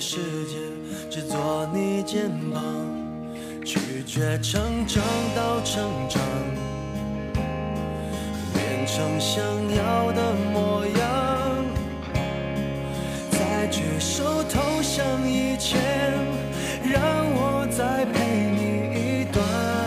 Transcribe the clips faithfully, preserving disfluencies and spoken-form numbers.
世界，只做你肩膀，拒绝成长到成长，变成想要的模样，在举手投降以前，让我再陪你一段，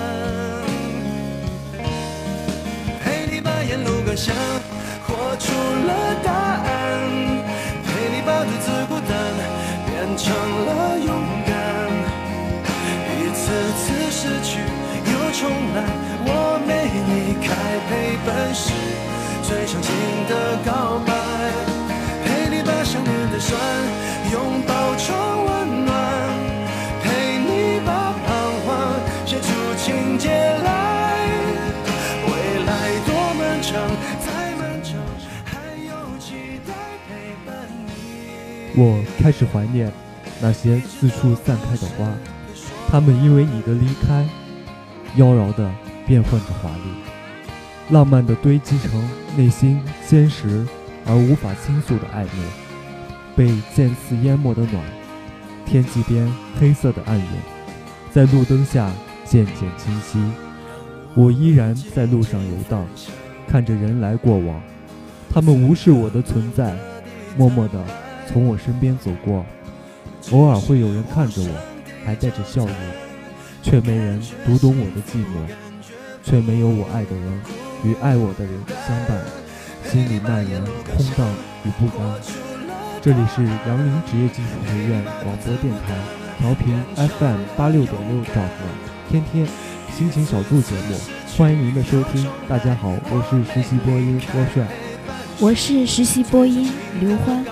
陪你把沿路感想活出了答案，陪你把独自孤单变成了勇敢，一次次失去又重来，我没离开陪伴是最长情的告白，陪你把想念的酸拥抱成温暖，陪你把彷徨写出情节来，未来多漫长再漫长，还有期待陪伴你。 我开始怀念那些四处散开的花，它们因为你的离开妖娆地变换着华丽，浪漫地堆积成内心坚实而无法倾诉的爱恋，被渐次淹没的暖，天际边黑色的暗云在路灯下渐渐清晰，我依然在路上游荡，看着人来过往，他们无视我的存在，默默地从我身边走过，偶尔会有人看着我，还带着笑意，却没人读懂我的寂寞，却没有我爱的人与爱我的人相伴，心里蔓延空荡与不甘。这里是杨林职业技术学院广播电台，调频 F M 八六点六兆赫，天天心情小筑节目，欢迎您的收听。大家好，我是实习播音郭帅， 我是实习播音刘欢。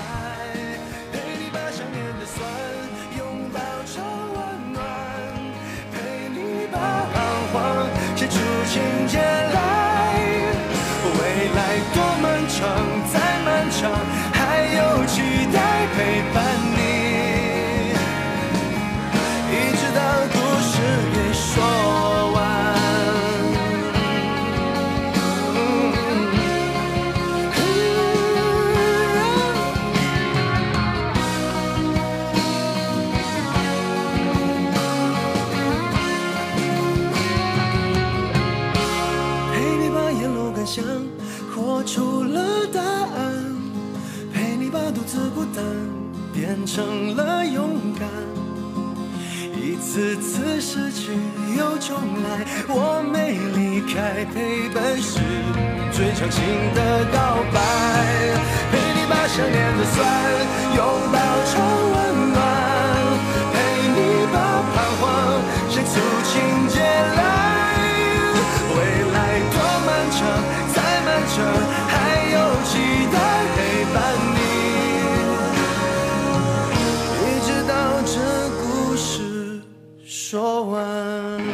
情节来，未来多漫长再漫长，还有期待陪伴你，一直到故事给说完。想活出了答案，陪你把独自孤单变成了勇敢，一次次失去又重来，我没离开陪伴是最长情的告白，陪你把想念的酸拥抱成温暖，陪你把彷徨写出情节来，未来多漫长还有期待陪伴你，一直到这故事说完。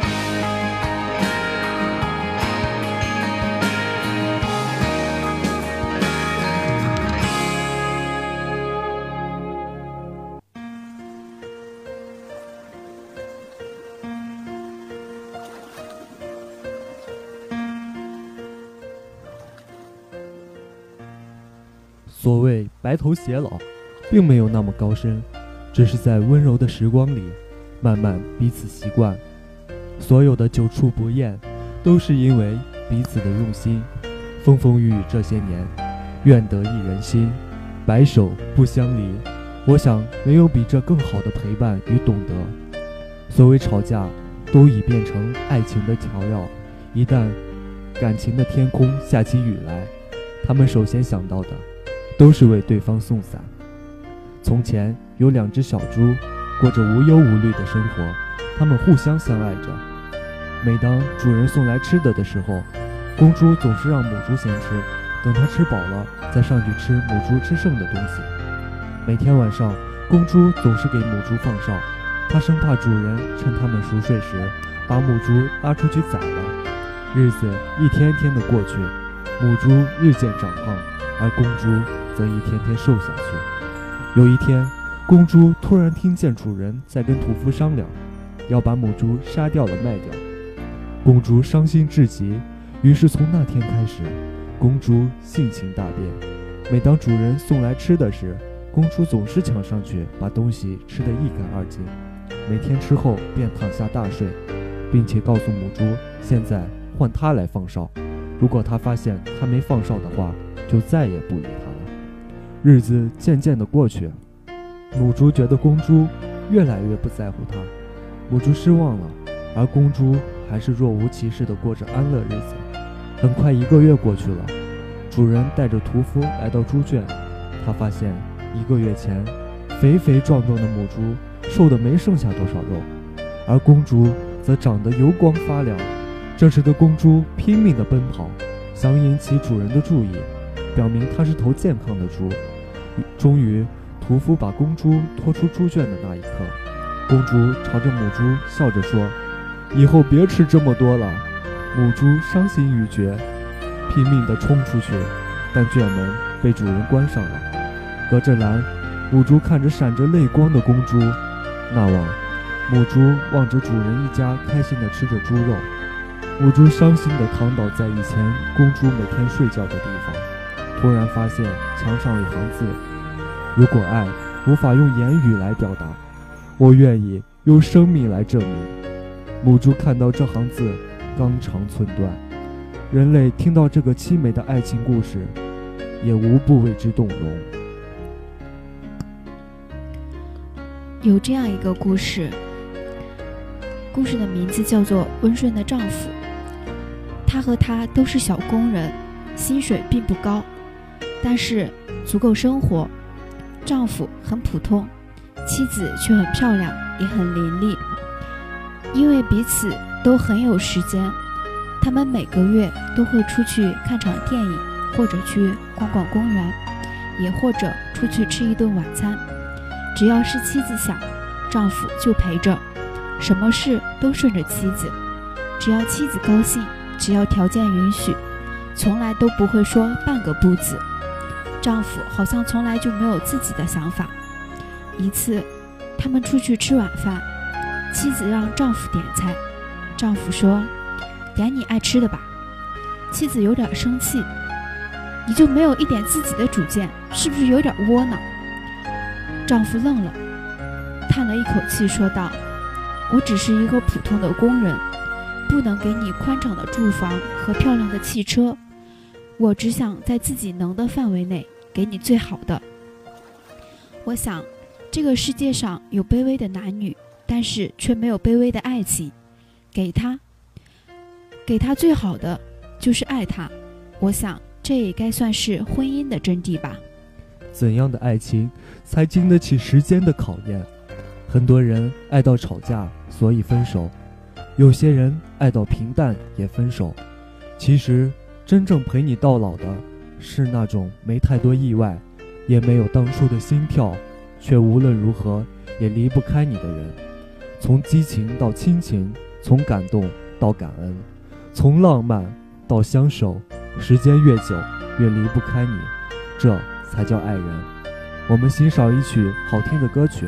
所谓白头偕老，并没有那么高深，只是在温柔的时光里，慢慢彼此习惯。所有的久处不厌，都是因为彼此的用心。风风雨雨这些年，愿得一人心，白首不相离。我想，没有比这更好的陪伴与懂得。所谓吵架，都已变成爱情的调料。一旦感情的天空下起雨来，他们首先想到的都是为对方送伞。从前有两只小猪，过着无忧无虑的生活，它们互相相爱着。每当主人送来吃的的时候，公猪总是让母猪先吃，等它吃饱了再上去吃母猪吃剩的东西。每天晚上，公猪总是给母猪放哨，它生怕主人趁它们熟睡时把母猪拉出去宰了。日子一天天的过去，母猪日渐长胖，而公猪则一天天瘦下去。有一天，公猪突然听见主人在跟屠夫商量，要把母猪杀掉了卖掉。公猪伤心至极，于是从那天开始，公猪性情大变。每当主人送来吃的时， 公主总是抢上去把东西吃得一干二净，每天吃后便躺下大睡，并且告诉母猪，现在换她来放哨，如果她发现她没放哨的话，就再也不理她了。日子渐渐地过去，母猪觉得公猪越来越不在乎她，母猪失望了，而公猪还是若无其事地过着安乐日子。很快一个月过去了，主人带着屠夫来到猪圈，他发现一个月前肥肥壮壮的母猪瘦得没剩下多少肉，而公猪则长得油光发亮。这时的公猪拼命地奔跑，想引起主人的注意，表明它是头健康的猪。终于屠夫把公猪拖出猪圈的那一刻，公猪朝着母猪笑着说，以后别吃这么多了。母猪伤心欲绝，拼命地冲出去，但圈门被主人关上了。隔着栏，母猪看着闪着泪光的公猪。那晚，母猪望着主人一家开心地吃着猪肉，母猪伤心地躺倒在以前公猪每天睡觉的地方，突然发现墙上有行字，如果爱无法用言语来表达，我愿意用生命来证明。母猪看到这行字，肝肠寸断。人类听到这个凄美的爱情故事，也无不为之动容。 有这样一个故事，故事的名字叫做《温顺的丈夫》。他和她都是小工人，薪水并不高，但是足够生活。丈夫很普通，妻子却很漂亮，也很伶俐。因为彼此都很有时间，他们每个月都会出去看场电影，或者去逛逛公园，也或者出去吃一顿晚餐。只要是妻子想，丈夫就陪着，什么事都顺着妻子。只要妻子高兴，只要条件允许，从来都不会说半个不字。丈夫好像从来就没有自己的想法。一次，他们出去吃晚饭，妻子让丈夫点菜，丈夫说：“点你爱吃的吧。”妻子有点生气：“你就没有一点自己的主见，是不是有点窝囊？”丈夫愣了，叹了一口气说道：“我只是一个普通的工人，不能给你宽敞的住房和漂亮的汽车，我只想在自己能的范围内给你最好的。我想，这个世界上有卑微的男女，但是却没有卑微的爱情。给他，给他最好的就是爱他。我想，这也该算是婚姻的真谛吧。” 怎样的爱情才经得起时间的考验？很多人爱到吵架，所以分手；有些人爱到平淡也分手。其实，真正陪你到老的，是那种没太多意外，也没有当初的心跳，却无论如何也离不开你的人。从激情到亲情，从感动到感恩，从浪漫到相守，时间越久，越离不开你，这才叫爱人。我们欣赏一曲好听的歌曲。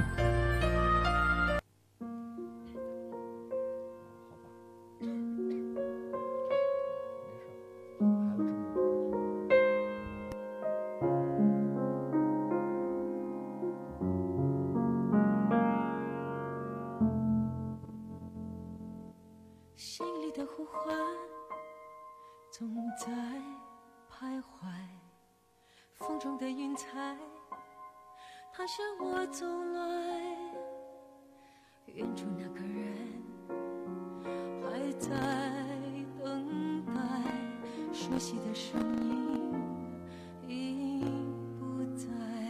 心里的呼唤总在徘徊，风中的云彩它向我走来，远处那个人还在等待，熟悉的声音已不在。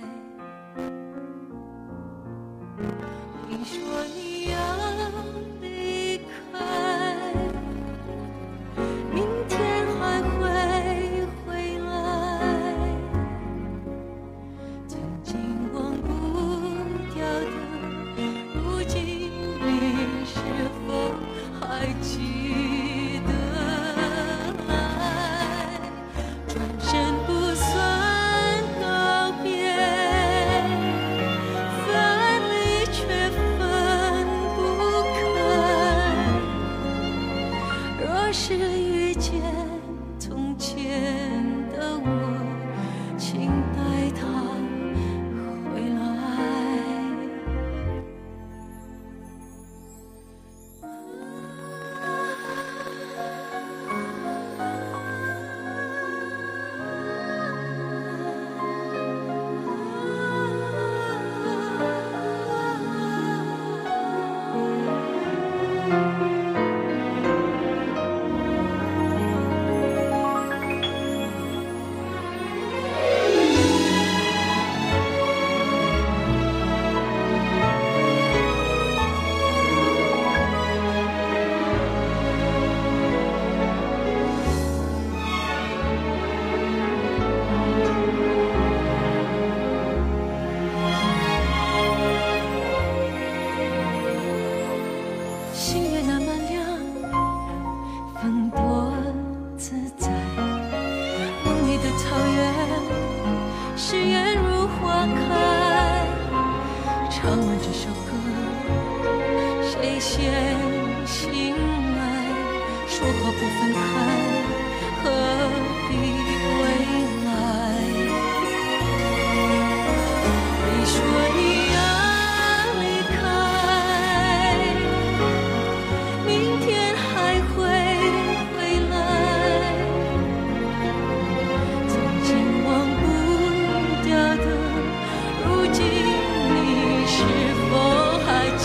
你说你要离开，明天还会回来，曾经忘不掉的，如今你是否还记得？爱转花开。唱完这首歌，谁先醒来？说好不分开，何必未来？你说你要离开，明天还会回来。曾经忘不掉的，如今你是否还记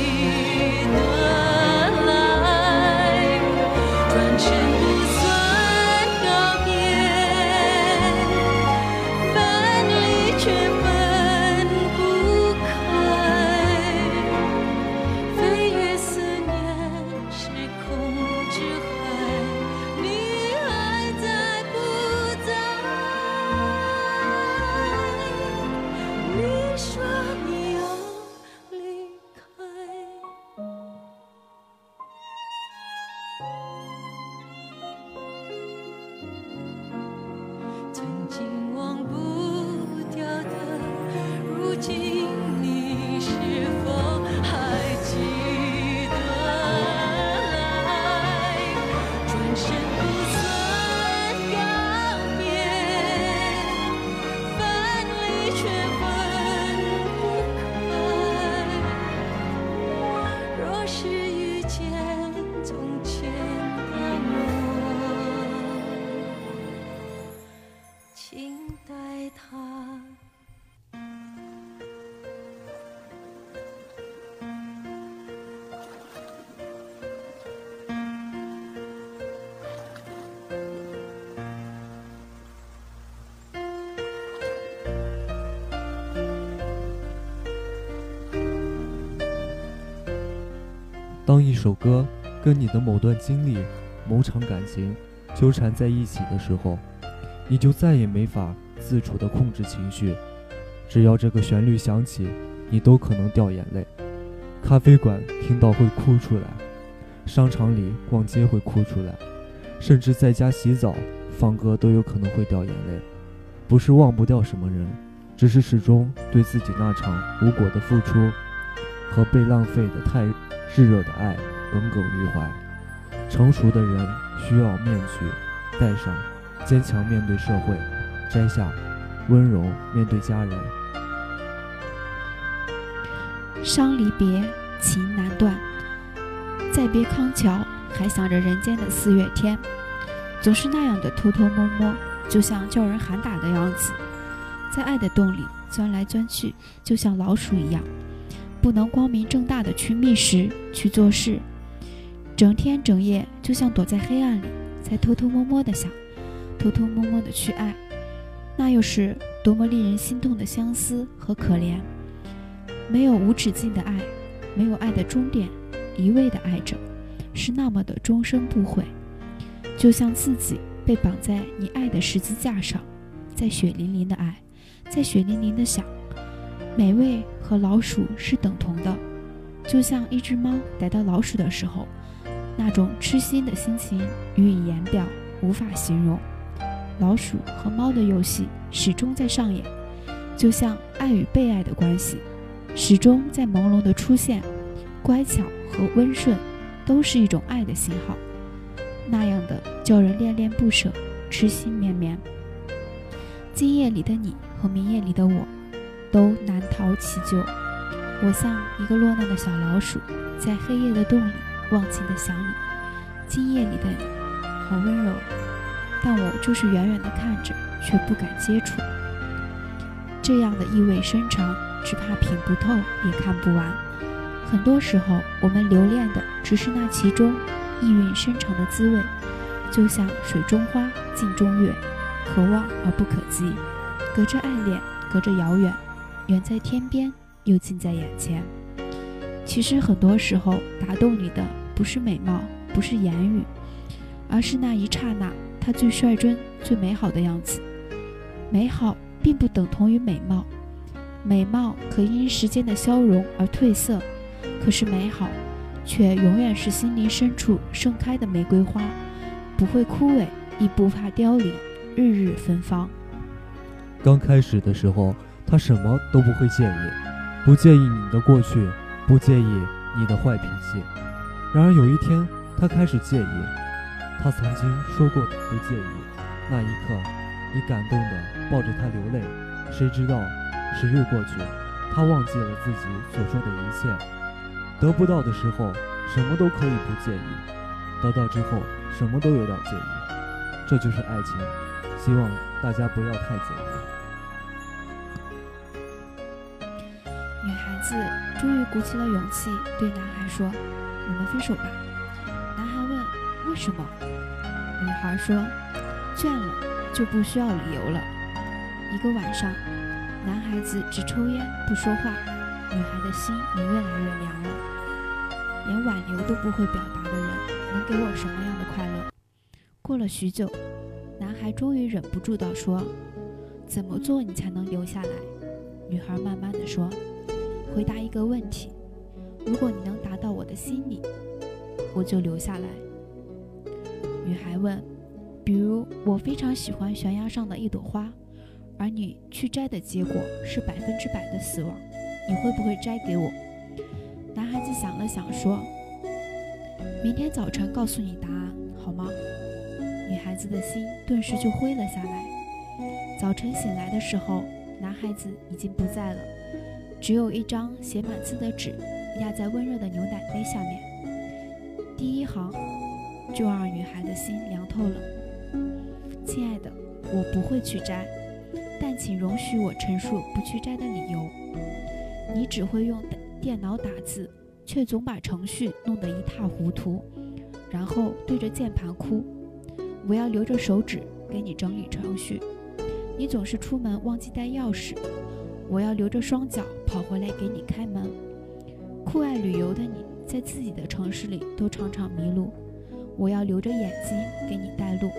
得来？转身不算告别，分离却分不开。飞越思念时空之海，你还在不在？你说你要离开。曾经忘不掉的，如今你是否还记得来？转身不算告别，分离却分不开。若是遇见从前的我，请带他。 当一首歌跟你的某段经历、某场感情纠缠在一起的时候，你就再也没法自主地控制情绪。只要这个旋律响起，你都可能掉眼泪。咖啡馆听到会哭出来，商场里逛街会哭出来，甚至在家洗澡放歌都有可能会掉眼泪。不是忘不掉什么人，只是始终对自己那场无果的付出和被浪费的太炙热的爱耿耿于怀。成熟的人需要面具戴上，坚强面对社会，摘下温柔面对家人。 伤离别，情难断。再别康桥，还想着人间的四月天，总是那样的偷偷摸摸，就像叫人喊打的样子，在爱的洞里钻来钻去，就像老鼠一样，不能光明正大的去觅食去做事，整天整夜就像躲在黑暗里，在偷偷摸摸的想，偷偷摸摸的去爱，那又是多么令人心痛的相思和可怜。没有无止境的爱，没有爱的终点，一味的爱着，是那么的终生不悔，就像自己被绑在你爱的十字架上，在血淋淋的爱，在血淋淋的想，美味和老鼠是等同的，就像一只猫逮到老鼠的时候，那种痴心的心情予以言表，无法形容。老鼠和猫的游戏始终在上演，就像爱与被爱的关系，始终在朦胧的出现。乖巧和温顺都是一种爱的信号，那样的叫人恋恋不舍，痴心绵绵。今夜里的你和明夜里的我都难逃其咎。我像一个落难的小老鼠，在黑夜的洞里忘情的想你。今夜里的你好温柔，但我就是远远的看着，却不敢接触。这样的意味深长，只怕品不透也看不完。很多时候我们留恋的只是那其中意蕴深长的滋味，就像水中花镜中月，可望而不可及，隔着爱恋，隔着遥远，远在天边又近在眼前。其实很多时候打动你的不是美貌，不是言语，而是那一刹那它最率真最美好的样子。美好并不等同于美貌，美貌可因时间的消融而褪色，可是美好却永远是心灵深处盛开的玫瑰花，不会枯萎，亦不怕凋零，日日芬芳。 刚开始的时候他什么都不会介意，不介意你的过去，不介意你的坏脾气。然而有一天，他开始介意。他曾经说过的不介意，那一刻，你感动地抱着他流泪。谁知道，时日过去，他忘记了自己所说的一切。得不到的时候，什么都可以不介意；得到之后，什么都有点介意。这就是爱情，希望大家不要太介意。 女孩子终于鼓起了勇气，对男孩说：“我们分手吧。”男孩问：“为什么？”女孩说：“倦了，就不需要理由了。”一个晚上，男孩子只抽烟不说话，女孩的心也越来越凉了。连挽留都不会表达的人，能给我什么样的快乐？过了许久，男孩终于忍不住地说：“怎么做你才能留下来？”女孩慢慢地说：“回答一个问题，如果你能达到我的心里，我就留下来。”女孩问：“比如我非常喜欢悬崖上的一朵花，而你去摘的结果是百分之百的死亡，你会不会摘给我？”男孩子想了想说：“明天早晨告诉你答案，好吗？”女孩子的心顿时就灰了下来。早晨醒来的时候，男孩子已经不在了，只有一张写满字的纸压在温热的牛奶杯下面。第一行就让女孩的心凉透了。亲爱的，我不会去摘，但请容许我陈述不去摘的理由。你只会用电脑打字，却总把程序弄得一塌糊涂，然后对着键盘哭。我要留着手指给你整理程序。你总是出门忘记带钥匙，我要留着双脚跑回来给你开门。酷爱旅游的你，在自己的城市里都常常迷路，我要留着眼睛给你带路。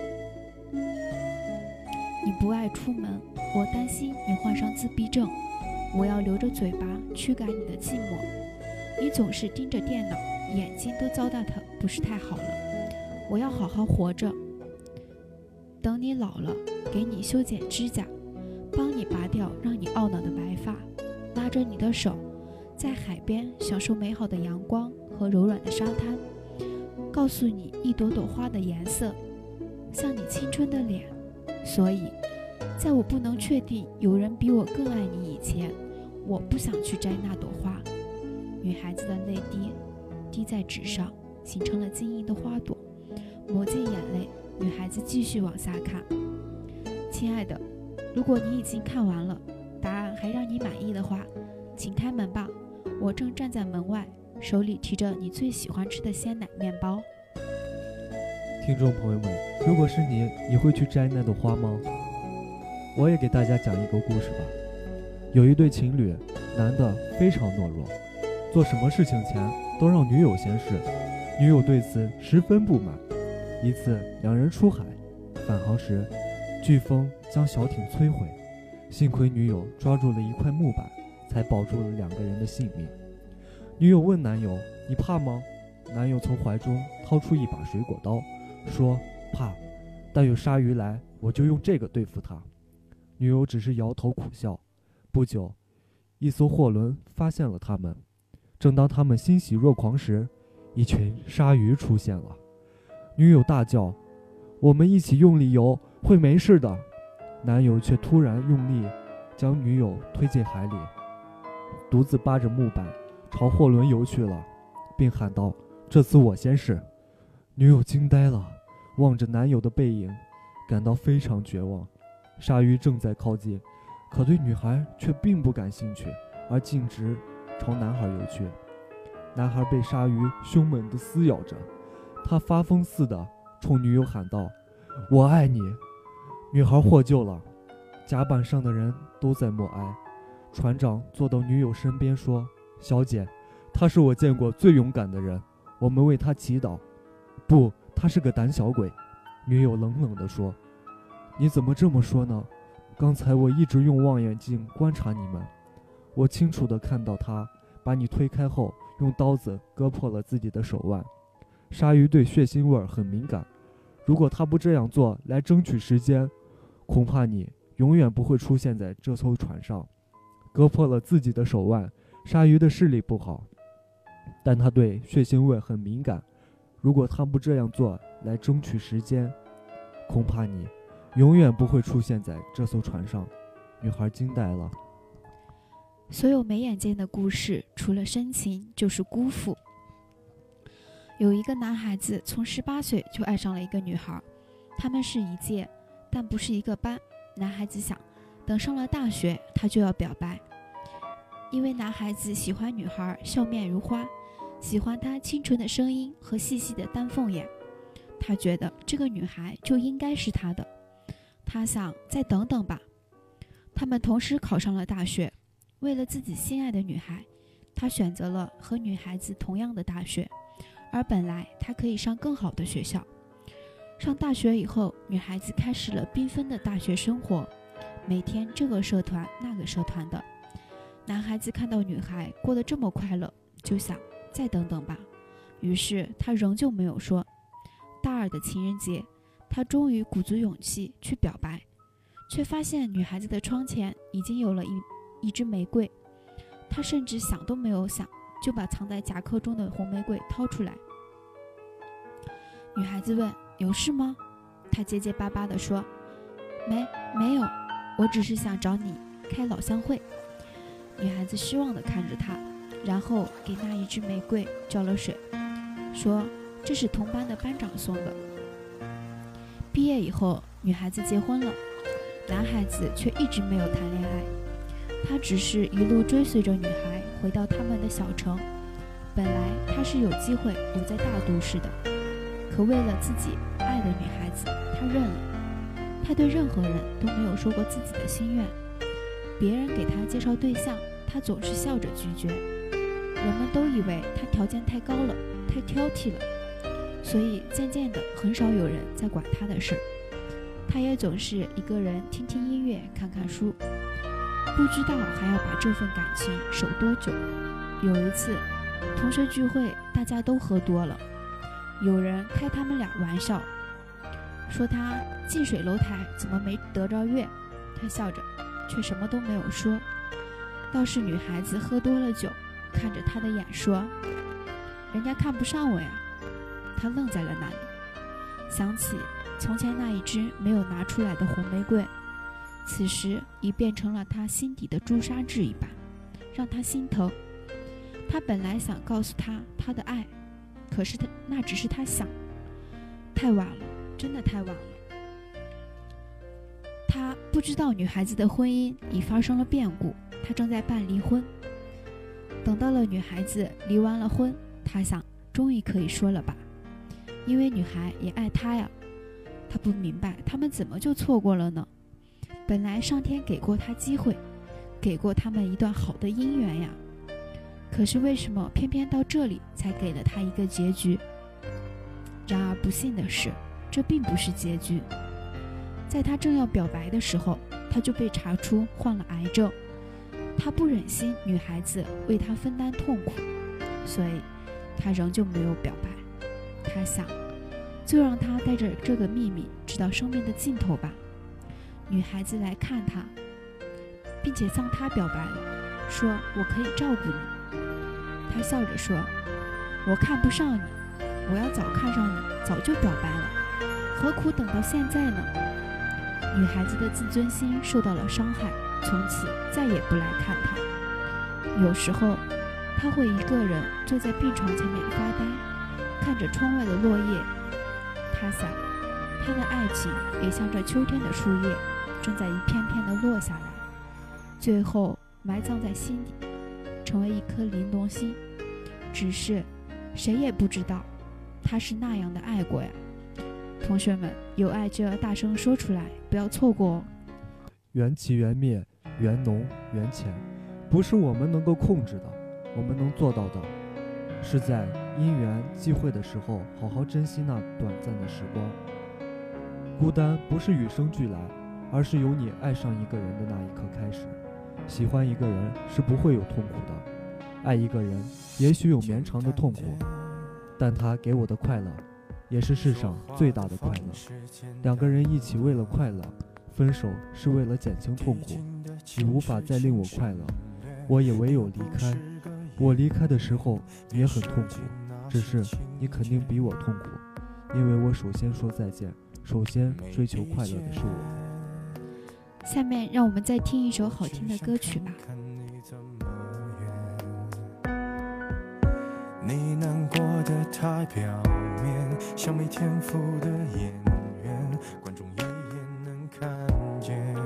你不爱出门，我担心你患上自闭症，我要留着嘴巴驱赶你的寂寞。你总是盯着电脑，眼睛都糟蹋的不是太好了，我要好好活着。等你老了，给你修剪指甲，帮你拔掉让你懊恼的白发，拉着你的手，在海边享受美好的阳光和柔软的沙滩，告诉你一朵朵花的颜色，像你青春的脸。所以，在我不能确定有人比我更爱你以前，我不想去摘那朵花。女孩子的泪滴滴在纸上，形成了晶莹的花朵，抹进眼泪。女孩子继续往下看。亲爱的，如果你已经看完了，答案还让你满意的话，请开门吧。我正站在门外，手里提着你最喜欢吃的鲜奶面包。 听众朋友们，如果是你，你会去摘那朵花吗？我也给大家讲一个故事吧。有一对情侣，男的非常懦弱，做什么事情前都让女友先试，女友对此十分不满。一次，两人出海返航时，飓风将小艇摧毁，幸亏女友抓住了一块木板，才保住了两个人的性命。女友问男友：“你怕吗？”男友从怀中掏出一把水果刀，说：“怕，但有鲨鱼来，我就用这个对付它。”女友只是摇头苦笑。不久，一艘货轮发现了他们。正当他们欣喜若狂时，一群鲨鱼出现了。女友大叫：“我们一起用力游，会没事的。”男友却突然用力将女友推进海里，独自扒着木板朝货轮游去了，并喊道：“这次我先试。”女友惊呆了，望着男友的背影，感到非常绝望。鲨鱼正在靠近，可对女孩却并不感兴趣，而径直朝男孩游去。男孩被鲨鱼凶猛地撕咬着，他发疯似的冲女友喊道：“我爱你！”女孩获救了，甲板上的人都在默哀。船长坐到女友身边说：“小姐，他是我见过最勇敢的人，我们为他祈祷。”“不，他是个胆小鬼。”女友冷冷地说。“你怎么这么说呢？刚才我一直用望远镜观察你们，我清楚地看到他把你推开后，用刀子割破了自己的手腕。鲨鱼对血腥味很敏感，如果他不这样做来争取时间，恐怕你永远不会出现在这艘船上。 割破了自己的手腕。鲨鱼的视力不好，但他对血腥味很敏感。如果他不这样做来争取时间，恐怕你永远不会出现在这艘船上。女孩惊呆了。 所有没眼见的故事，除了深情就是辜负。有一个男孩子从十八岁就爱上了一个女孩，他们是一届，但不是一个班。男孩子想，等上了大学，他就要表白。因为男孩子喜欢女孩笑面如花，喜欢她清纯的声音和细细的丹凤眼，他觉得这个女孩就应该是他的。他想再等等吧。他们同时考上了大学，为了自己心爱的女孩，他选择了和女孩子同样的大学，而本来他可以上更好的学校。上大学以后，女孩子开始了缤纷的大学生活，每天这个社团那个社团的。男孩子看到女孩过得这么快乐，就想再等等吧。于是他仍旧没有说。大二的情人节，他终于鼓足勇气去表白，却发现女孩子的窗前已经有了一一支玫瑰。他甚至想都没有想，就把藏在夹克中的红玫瑰掏出来。女孩子问：有事吗？他结结巴巴地说：没没有，我只是想找你开老乡会。女孩子失望地看着他，然后给那一支玫瑰浇了水，说这是同班的班长送的。毕业以后，女孩子结婚了，男孩子却一直没有谈恋爱。他只是一路追随着女孩回到他们的小城。本来他是有机会留在大都市的，可为了自己爱的女孩子，他认了。他对任何人都没有说过自己的心愿，别人给他介绍对象，他总是笑着拒绝。人们都以为他条件太高了，太挑剔了，所以渐渐的很少有人在管他的事。他也总是一个人听听音乐，看看书，不知道还要把这份感情守多久。有一次同学聚会，大家都喝多了，有人开他们俩玩笑，说他近水楼台怎么没得着月。他笑着却什么都没有说。倒是女孩子喝多了酒，看着他的眼说：人家看不上我呀。他愣在了那里，想起从前那一支没有拿出来的红玫瑰，此时已变成了他心底的朱砂痣一般，让他心疼。他本来想告诉他他的爱，可是他那只是他想，太晚了，真的太晚了。他不知道女孩子的婚姻已发生了变故，他正在办离婚。等到了女孩子离完了婚，他想终于可以说了吧，因为女孩也爱他呀。他不明白他们怎么就错过了呢？本来上天给过他机会，给过他们一段好的姻缘呀，可是为什么偏偏到这里才给了他一个结局？然而不幸的是，这并不是结局。在他正要表白的时候，他就被查出患了癌症。他不忍心女孩子为他分担痛苦，所以他仍旧没有表白。他想，就让他带着这个秘密直到生命的尽头吧。女孩子来看他，并且向他表白了，说我可以照顾你。他笑着说，我看不上你，我要早看上你，早就表白了，何苦等到现在呢？女孩子的自尊心受到了伤害，从此再也不来看他。有时候他会一个人坐在病床前面发呆，看着窗外的落叶。他想，他的爱情也像这秋天的树叶，正在一片片地落下来，最后埋葬在心底，成为一颗玲珑心。只是谁也不知道他是那样的爱过呀。同学们，有爱就要大声说出来，不要错过哦。 缘起缘灭，缘浓缘浅，不是我们能够控制的，我们能做到的是在因缘际会的时候好好珍惜那短暂的时光。孤单不是与生俱来，而是由你爱上一个人的那一刻开始。喜欢一个人是不会有痛苦的，爱一个人也许有绵长的痛苦，但他给我的快乐也是世上最大的快乐。两个人一起为了快乐，分手是为了减轻痛苦。你无法再令我快乐， 我也唯有离开。我离开的时候也很痛苦，只是你肯定比我痛苦，因为我首先说再见，首先追求快乐的是我。 下面让我们再听一首好听的歌曲吧。 你难过的太表面，像没天赋的演员，观众一眼能看见。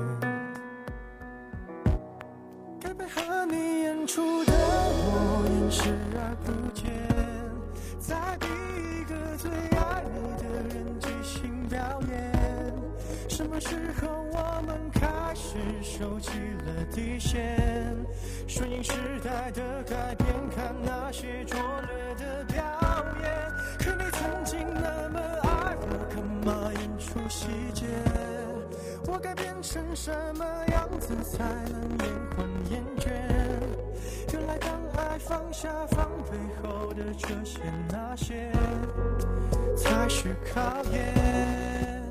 该配合你演出的我演视而不见，再逼一个最爱你的人即兴表演。什么时候我们开始收起了底线？顺应时代的改变，看那些拙劣的表演。可你曾经那么爱我，干嘛演出细节？我该变成什么样子才能延缓厌倦？原来当爱放下防备后的这些那些，才是考验。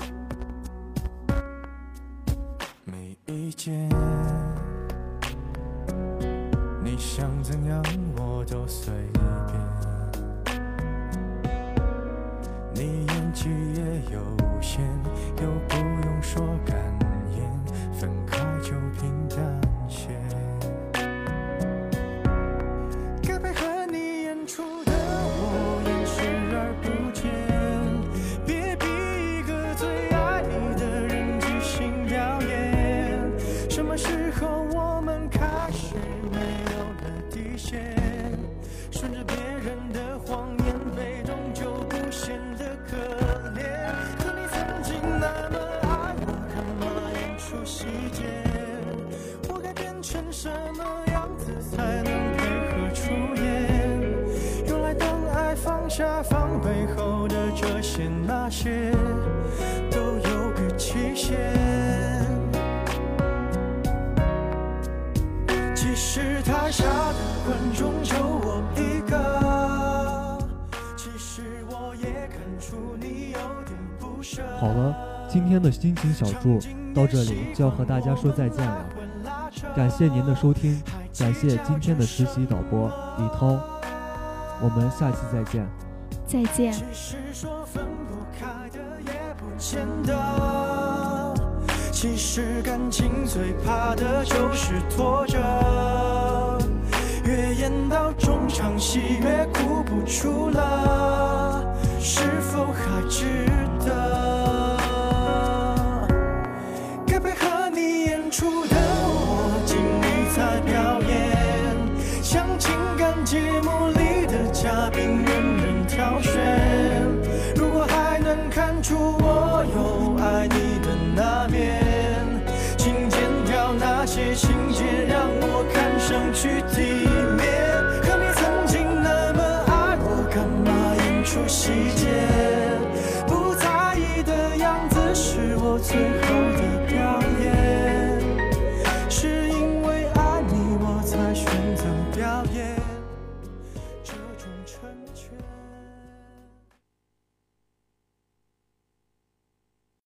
没意见，你想怎样我都随便。你演技也有限，又不用说感言，分开就平淡些。该配合你演出的我演视而不见，别逼一个最爱你的人即兴表演。什么时候我们开始没有了底线？顺着别人的谎言，被动就不显得可怜。可你曾经那么爱我，干嘛演出细节？我该变成什么样子才能配合出演？原来当爱放下防备后的这些那些，都有个期限。即使台下的观众就我一个，其实我也看出你有点不舍。 好了，今天的心情小筑到这里就要和大家说再见了，感谢您的收听，感谢今天的实习导播李涛，我们下期再见。 再见。 其实说分不开的也不见得，其实感情最怕的就是拖着，越演到中场戏越哭不出了，是否还值得？该配合你演出的我尽力在表演，像情感节目里的嘉宾任人挑选。如果还能看出我有爱你的那面，请剪掉那些情节，让我看上去体面。可你曾经那么爱我，干嘛演出细节？不在意的样子是我最